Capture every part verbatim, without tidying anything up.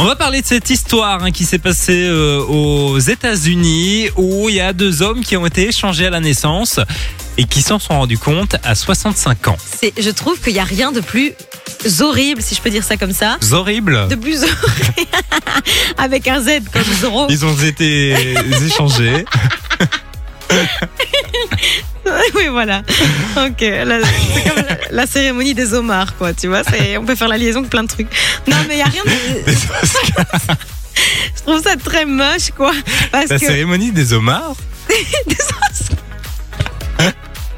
On va parler de cette histoire hein, qui s'est passée euh, aux États-Unis où il y a deux hommes qui ont été échangés à la naissance et qui s'en sont rendus compte à soixante-cinq ans. C'est, je trouve qu'il n'y a rien de plus horrible, si je peux dire ça comme ça. Horrible. De plus horrible. Avec un Z, comme Zorro. Ils ont été échangés. Oui, voilà. Ok, là, c'est comme la, la cérémonie des homards, quoi. Tu vois, c'est, on peut faire la liaison de plein de trucs. Non, mais il n'y a rien de. Des Oscars. Je trouve ça très moche, quoi. Parce La que... cérémonie des homards. des Oscars.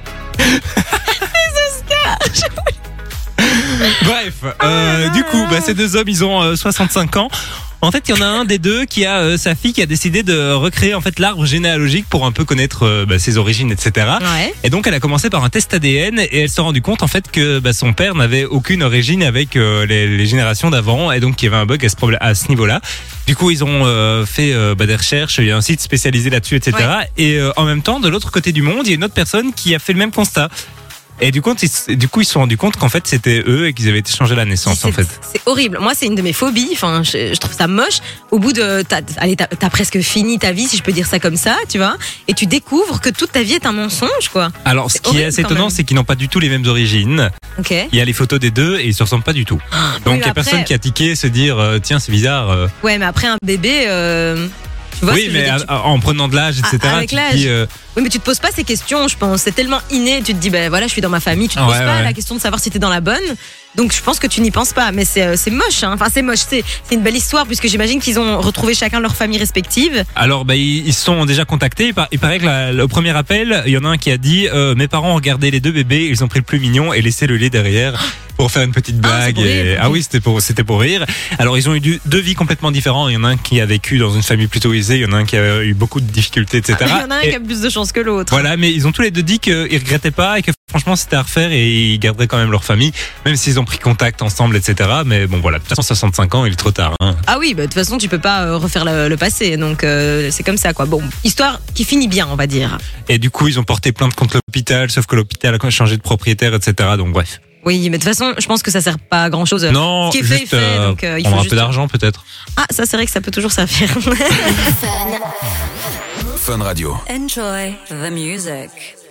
Des Oscars. Bref, euh, Oh du coup, bah, ces deux hommes, ils ont euh, soixante-cinq ans. En fait, il y en a un des deux qui a euh, sa fille qui a décidé de recréer en fait l'arbre généalogique pour un peu connaître euh, bah, ses origines, et cetera. Ouais. Et donc, elle a commencé par un test A D N et elle s'est rendue compte en fait que bah, son père n'avait aucune origine avec euh, les, les générations d'avant et donc il y avait un bug à ce, problème, à ce niveau-là. Du coup, ils ont euh, fait euh, bah, des recherches, il y a un site spécialisé là-dessus, et cetera. Ouais. Et euh, en même temps, de l'autre côté du monde, il y a une autre personne qui a fait le même constat. Et du coup, ils, du coup, ils se sont rendus compte qu'en fait, c'était eux et qu'ils avaient été changés à la naissance, c'est, en fait. C'est horrible. Moi, c'est une de mes phobies. Enfin, je, je trouve ça moche. Au bout de, t'as, allez, t'as, t'as presque fini ta vie, si je peux dire ça comme ça, tu vois. Et tu découvres que toute ta vie est un mensonge, quoi. Alors, ce qui est assez étonnant, c'est qu'ils n'ont pas du tout les mêmes origines. Ok. Il y a les photos des deux et ils se ressemblent pas du tout. Donc, il y a après... personne qui a tiqué se dire, euh, tiens, c'est bizarre. Euh... Ouais, mais après un bébé. Euh... Tu vois oui, mais dire, tu... en prenant de l'âge, et cetera. Avec tu l'âge. dis, euh... Oui, mais tu te poses pas ces questions, je pense. C'est tellement inné. Tu te dis, ben voilà, je suis dans ma famille. Tu te poses ouais, pas ouais. la question de savoir si t'es dans la bonne. Donc, je pense que tu n'y penses pas. Mais c'est, c'est moche, hein. Enfin, c'est moche. C'est, c'est une belle histoire puisque j'imagine qu'ils ont retrouvé chacun leur famille respective. Alors, bah, ils, ils se sont déjà contactés. Il, par, il paraît que la, le premier appel, il y en a un qui a dit, euh, mes parents ont regardé les deux bébés, ils ont pris le plus mignon et laissé le lait derrière. Pour faire une petite blague. Ah, et... ah oui, c'était pour, c'était pour rire. Alors, ils ont eu deux vies complètement différentes. Il y en a un qui a vécu dans une famille plutôt aisée. Il y en a un qui a eu beaucoup de difficultés, et cetera. Ah, il y en a un et... qui a plus de chance que l'autre. Voilà, mais ils ont tous les deux dit qu'ils regrettaient pas et que franchement, c'était à refaire et ils garderaient quand même leur famille, même s'ils ont pris contact ensemble, et cetera. Mais bon, voilà. De toute façon, soixante-cinq ans, il est trop tard. Hein. Ah oui, bah, de toute façon, tu peux pas euh, refaire le, le passé. Donc, euh, c'est comme ça, quoi. Bon, histoire qui finit bien, on va dire. Et du coup, ils ont porté plainte contre l'hôpital, sauf que l'hôpital a changé de propriétaire, et cetera. Donc, bref. Oui, mais de toute façon, je pense que ça sert pas à grand chose. Non, ce qui est juste, fait, est fait. Euh, donc, euh, il faut faut un juste... peu d'argent, peut-être. Ah, ça, c'est vrai que ça peut toujours servir. Fun Radio. Enjoy the music.